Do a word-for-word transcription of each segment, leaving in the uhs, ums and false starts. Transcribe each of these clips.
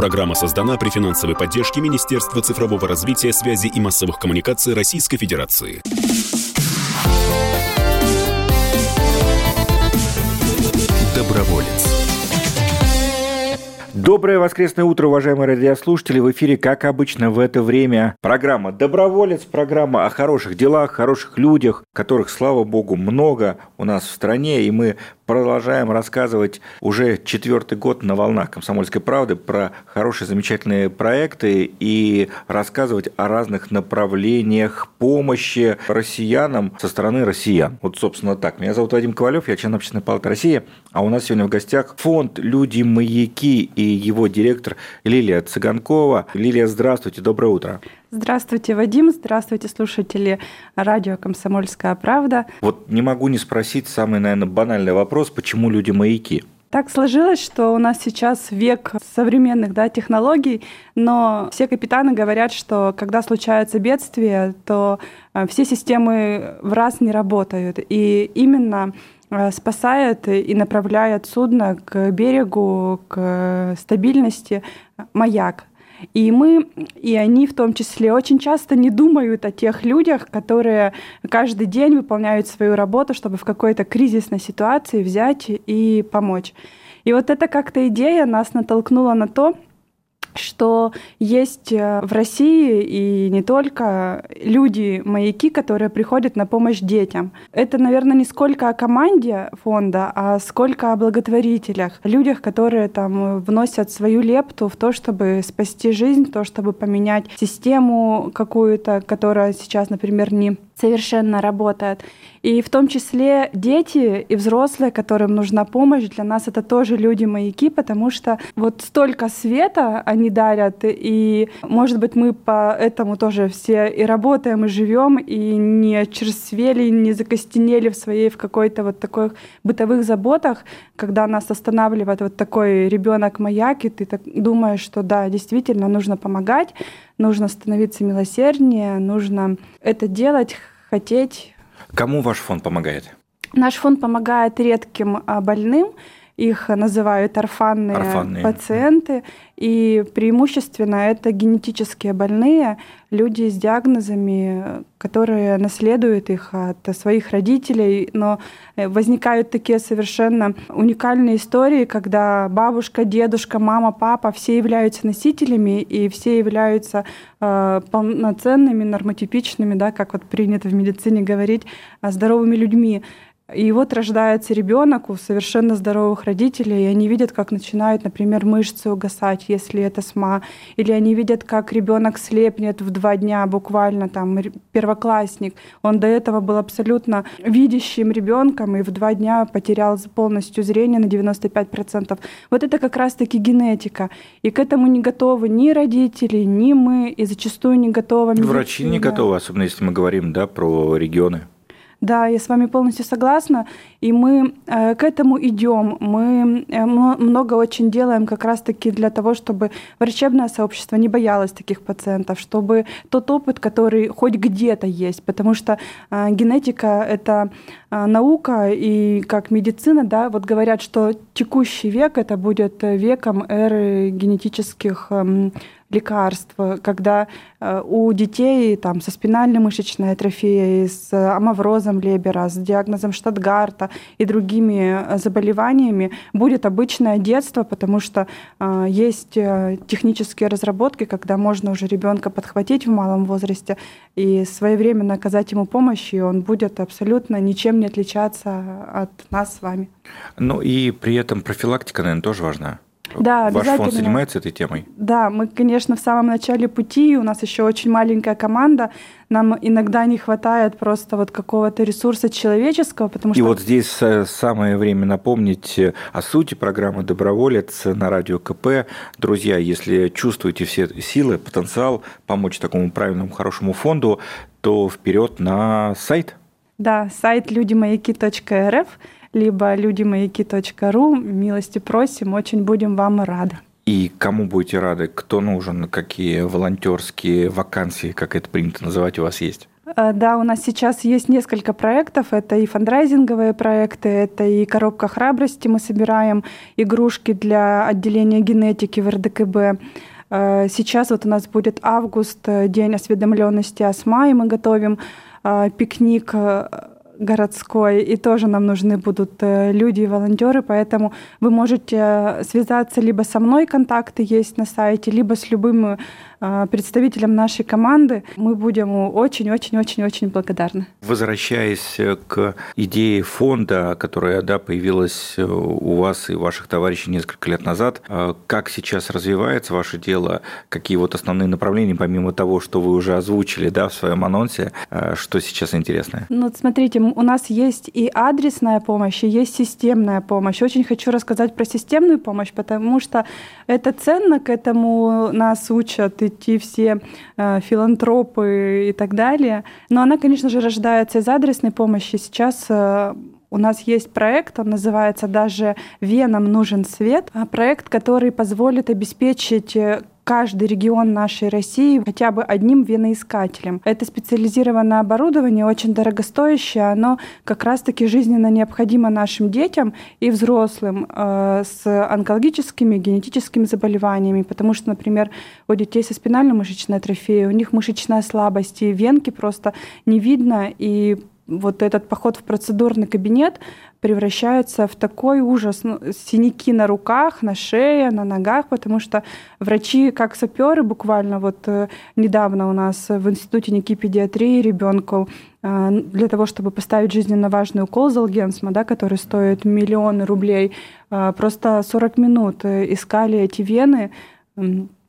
Программа создана при финансовой поддержке Министерства цифрового развития, связи и массовых коммуникаций Российской Федерации. Доброволец. Доброе воскресное утро, уважаемые радиослушатели. В эфире, как обычно, в это время программа «Доброволец», программа о хороших делах, хороших людях, которых, слава богу, много у нас в стране, и мы продолжаем рассказывать уже четвертый год на волнах «Комсомольской правды» про хорошие, замечательные проекты и рассказывать о разных направлениях помощи россиянам со стороны россиян. Вот, собственно, так. Меня зовут Вадим Ковалев, я член Общественной палаты России, а у нас сегодня в гостях фонд «Люди-маяки» и его директор Лилия Цыганкова. Лилия, здравствуйте, доброе утро. Здравствуйте, Вадим, здравствуйте, слушатели радио «Комсомольская правда». Вот не могу не спросить самый, наверное, банальный вопрос, почему люди-маяки? Так сложилось, что у нас сейчас век современных, да, технологий, но все капитаны говорят, что когда случается бедствие, то все системы в раз не работают. И именно спасает и направляет судно к берегу, к стабильности маяк. И мы, и они в том числе, очень часто не думают о тех людях, которые каждый день выполняют свою работу, чтобы в какой-то кризисной ситуации взять и помочь. И вот эта как-то идея нас натолкнула на то, что есть в России и не только люди-маяки, которые приходят на помощь детям. Это, наверное, не сколько о команде фонда, а сколько о благотворителях, людях, которые там вносят свою лепту в то, чтобы спасти жизнь, в то, чтобы поменять систему какую-то, которая сейчас, например, не совершенно работает. И в том числе дети и взрослые, которым нужна помощь, для нас это тоже люди-маяки, потому что вот столько света они дарят, и, может быть, мы поэтому тоже все и работаем, и живем, и не очерствели, не закостенели в своей в какой-то вот такой бытовых заботах, когда нас останавливает вот такой ребенок-маяк, и ты так думаешь, что да, действительно нужно помогать, нужно становиться милосерднее, нужно это делать, хотеть. Кому ваш фонд помогает? Наш фонд помогает редким больным, их называют орфанные, орфанные пациенты, и преимущественно это генетические больные, люди с диагнозами, которые наследуют их от своих родителей, но возникают такие совершенно уникальные истории, когда бабушка, дедушка, мама, папа все являются носителями и все являются э, полноценными, нормотипичными, да, как вот принято в медицине говорить, здоровыми людьми. И вот рождается ребенок у совершенно здоровых родителей, и они видят, как начинают, например, мышцы угасать, если это СМА, или они видят, как ребенок слепнет в два дня, буквально там первоклассник. Он до этого был абсолютно видящим ребенком и в два дня потерял полностью зрение на девяносто пять процентов. Вот это как раз-таки генетика. И к этому не готовы ни родители, ни мы, и зачастую не готова медицина. Врачи не готовы, особенно если мы говорим, да, про регионы. Да, я с вами полностью согласна, и мы э, к этому идем. Мы э, много очень делаем как раз-таки для того, чтобы врачебное сообщество не боялось таких пациентов, чтобы тот опыт, который хоть где-то есть, потому что э, генетика — это э, наука, и как медицина, да, вот говорят, что текущий век — это будет веком эры генетических э, лекарств, когда у детей там, со спинальной мышечной атрофией, с амаврозом Лебера, с диагнозом Штатгарта и другими заболеваниями будет обычное детство, потому что э, есть технические разработки, когда можно уже ребенка подхватить в малом возрасте и своевременно оказать ему помощь, и он будет абсолютно ничем не отличаться от нас с вами. Ну и при этом профилактика, наверное, тоже важна. Да, Ваш фонд занимается этой темой? Да, мы, конечно, в самом начале пути, у нас еще очень маленькая команда, нам иногда не хватает просто вот какого-то ресурса человеческого, потому что... И вот здесь самое время напомнить о сути программы «Доброволец» на радио КП. Друзья, если чувствуете все силы, потенциал помочь такому правильному, хорошему фонду, то вперед на сайт. Да, сайт люди-маяки точка эр эф, либо люди-маяки точка ру. Милости просим, очень будем вам рады. И кому будете рады? Кто нужен? Какие волонтерские вакансии, как это принято называть, у вас есть? Да, у нас сейчас есть несколько проектов. Это и фандрайзинговые проекты, это и коробка храбрости. Мы собираем игрушки для отделения генетики в эр дэ ка бэ. Сейчас вот у нас будет август, день осведомленности о СМА, и мы готовим пикник городской, и тоже нам нужны будут люди и волонтеры, поэтому вы можете связаться либо со мной, контакты есть на сайте, либо с любым представителем нашей команды. Мы будем очень-очень-очень-очень благодарны. Возвращаясь к идее фонда, которая, да, появилась у вас и ваших товарищей несколько лет назад, как сейчас развивается ваше дело, какие вот основные направления, помимо того, что вы уже озвучили, да, в своем анонсе, что сейчас интересное? Ну, смотрите, у нас есть и адресная помощь, и есть системная помощь. Очень хочу рассказать про системную помощь, потому что это ценно, к этому нас учат идти все э, филантропы и так далее. Но она, конечно же, рождается из адресной помощи. Сейчас э, у нас есть проект, он называется даже «Венам нужен свет». Проект, который позволит обеспечить каждый регион нашей России хотя бы одним веноискателем. Это специализированное оборудование, очень дорогостоящее, оно как раз-таки жизненно необходимо нашим детям и взрослым э, с онкологическими, генетическими заболеваниями, потому что, например, у детей со спинально-мышечной атрофией, у них мышечная слабость, и венки просто не видно, и вот этот поход в процедурный кабинет превращается в такой ужас. Ну, синяки на руках, на шее, на ногах, потому что врачи, как саперы, буквально вот э, недавно у нас в институте некипедиатрии ребенку э, для того, чтобы поставить жизненно важный укол Золгенсма, да, который стоит миллионы рублей, э, просто сорок минут искали эти вены э,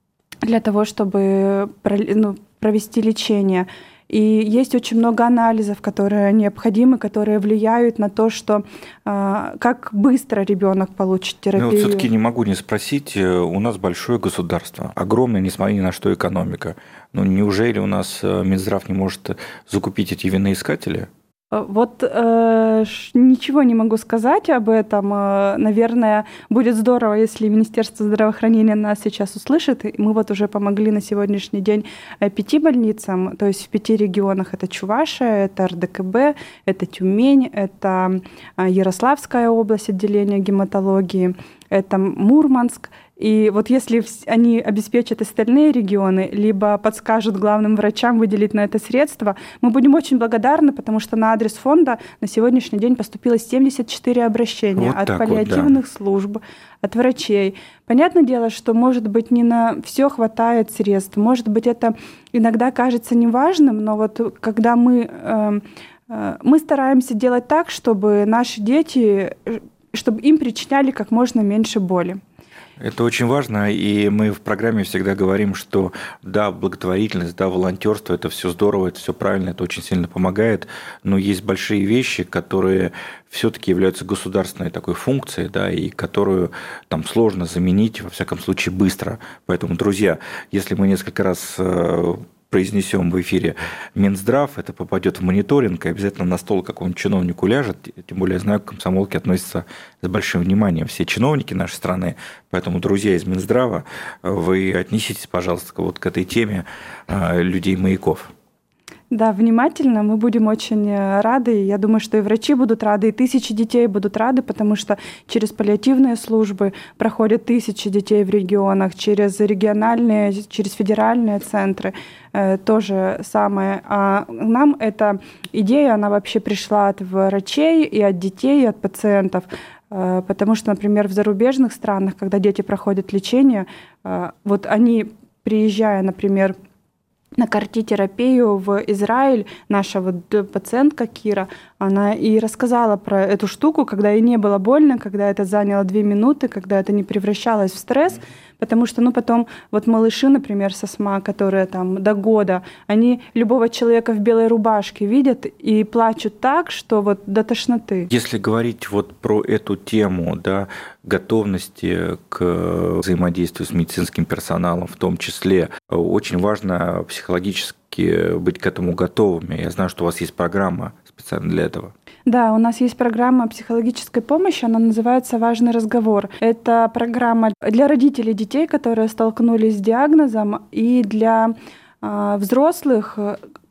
для того, чтобы ну, провести лечение. И есть очень много анализов, которые необходимы, которые влияют на то, что э, как быстро ребенок получит терапию. Но вот все-таки не могу не спросить, у нас большое государство, огромное, несмотря ни на что, экономика. Но неужели у нас Минздрав не может закупить эти веноискатели? Вот э, ничего не могу сказать об этом. Наверное, будет здорово, если Министерство здравоохранения нас сейчас услышит. И мы вот уже помогли на сегодняшний день пяти больницам, то есть в пяти регионах. Это Чувашия, это эр дэ ка бэ, это Тюмень, это Ярославская область, отделение гематологии, это Мурманск. И вот если они обеспечат остальные регионы, либо подскажут главным врачам выделить на это средства, мы будем очень благодарны, потому что на адрес фонда на сегодняшний день поступило семьдесят четыре обращения вот от паллиативных вот, да. служб, от врачей. Понятное дело, что, может быть, не на все хватает средств, может быть, это иногда кажется неважным, но вот когда мы, э, э, мы стараемся делать так, чтобы наши дети, чтобы им причиняли как можно меньше боли. Это очень важно, и мы в программе всегда говорим, что да, благотворительность, да, волонтерство – это все здорово, это все правильно, это очень сильно помогает, но есть большие вещи, которые все-таки являются государственной такой функцией, да, и которую там сложно заменить, во всяком случае, быстро. Поэтому, друзья, если мы несколько раз произнесем в эфире Минздрав, это попадет в мониторинг, и обязательно на стол какому-нибудь чиновнику ляжет. Тем более, я знаю, к комсомолке относятся с большим вниманием все чиновники нашей страны. Поэтому, друзья из Минздрава, вы отнеситесь, пожалуйста, вот к этой теме людей-маяков. Да, внимательно. Мы будем очень рады. Я думаю, что и врачи будут рады, и тысячи детей будут рады, потому что через паллиативные службы проходят тысячи детей в регионах, через региональные, через федеральные центры э, то же самое. А нам эта идея, она вообще пришла от врачей и от детей, и от пациентов. Э, потому что, например, в зарубежных странах, когда дети проходят лечение, э, вот они, приезжая, например, на кар-Т-терапию в Израиль, наша вот пациентка Кира, она и рассказала про эту штуку, когда ей не было больно, когда это заняло две минуты, когда это не превращалось в стресс, потому что, ну, потом вот малыши, например, со СМА, которые там до года, они любого человека в белой рубашке видят и плачут так, что вот до тошноты. Если говорить вот про эту тему, да, готовности к взаимодействию с медицинским персоналом, в том числе, очень важно психологически быть к этому готовыми. Я знаю, что у вас есть программа специально для этого. Да, у нас есть программа психологической помощи, она называется «Важный разговор». Это программа для родителей детей, которые столкнулись с диагнозом, и для э, взрослых,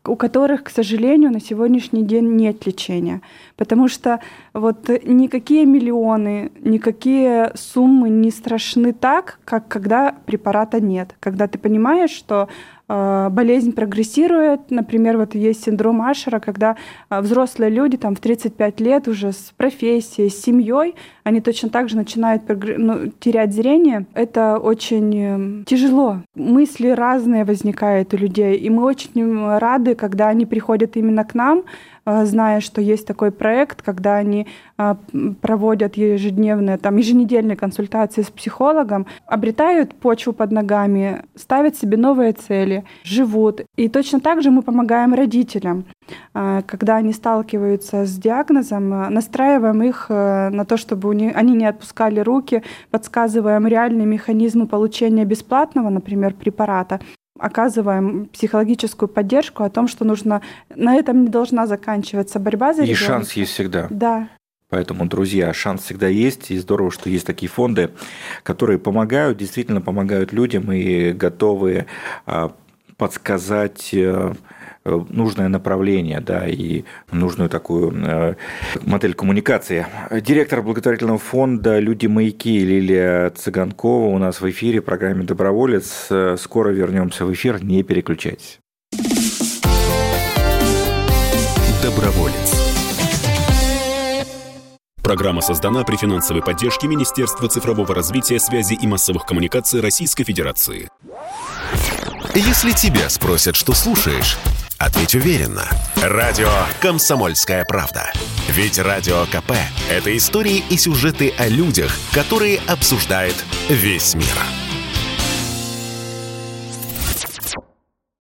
у которых, к сожалению, на сегодняшний день нет лечения. Потому что вот никакие миллионы, никакие суммы не страшны так, как когда препарата нет. Когда ты понимаешь, что э, болезнь прогрессирует, например, вот есть синдром Ашера, когда э, взрослые люди там, в тридцать пять лет уже с профессией, с семьей, они точно так же начинают прогр... ну, терять зрение. Это очень э, тяжело. Мысли разные возникают у людей, и мы очень рады, когда они приходят именно к нам, зная, что есть такой проект, когда они проводят ежедневные, там, еженедельные консультации с психологом, обретают почву под ногами, ставят себе новые цели, живут. И точно так же мы помогаем родителям. Когда они сталкиваются с диагнозом, настраиваем их на то, чтобы они не отпускали руки, подсказываем реальные механизмы получения бесплатного, например, препарата, оказываем психологическую поддержку о том, что нужно, на этом не должна заканчиваться борьба за ребенка. И шанс есть всегда. Да. Поэтому, друзья, шанс всегда есть, и здорово, что есть такие фонды, которые помогают, действительно помогают людям и готовы подсказать нужное направление, да, и нужную такую модель коммуникации. Директор благотворительного фонда «Люди-маяки» Лилия Цыганкова у нас в эфире в программе «Доброволец». Скоро вернемся в эфир, не переключайтесь. Доброволец. Программа создана при финансовой поддержке Министерства цифрового развития, связи и массовых коммуникаций Российской Федерации. Если тебя спросят, что слушаешь, ответь уверенно. Радио «Комсомольская правда». Ведь Радио КП – это истории и сюжеты о людях, которые обсуждает весь мир.